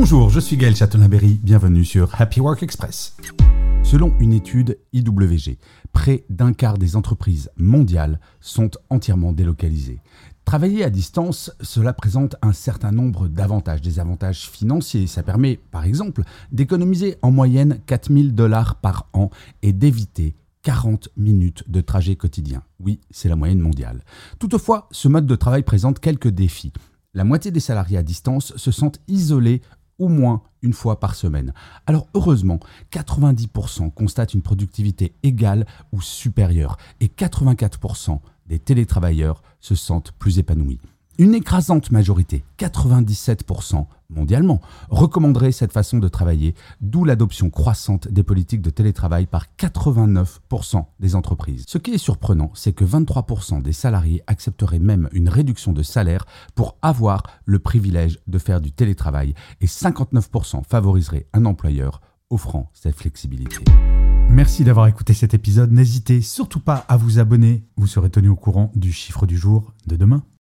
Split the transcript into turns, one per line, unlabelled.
Bonjour, je suis Gaël Chatonaberry, bienvenue sur Happy Work Express. Selon une étude IWG, près d'un quart des entreprises mondiales sont entièrement délocalisées. Travailler à distance, cela présente un certain nombre d'avantages, des avantages financiers. Ça permet, par exemple, d'économiser en moyenne $4 000 par an et d'éviter 40 minutes de trajet quotidien. Oui, c'est la moyenne mondiale. Toutefois, ce mode de travail présente quelques défis. La moitié des salariés à distance se sentent isolés au moins une fois par semaine. Alors heureusement, 90% constatent une productivité égale ou supérieure et 84% des télétravailleurs se sentent plus épanouis. Une écrasante majorité, 97% mondialement, recommanderait cette façon de travailler, d'où l'adoption croissante des politiques de télétravail par 89% des entreprises. Ce qui est surprenant, c'est que 23% des salariés accepteraient même une réduction de salaire pour avoir le privilège de faire du télétravail et 59% favoriseraient un employeur offrant cette flexibilité. Merci d'avoir écouté cet épisode. N'hésitez surtout pas à vous abonner. Vous serez tenu au courant du chiffre du jour de demain.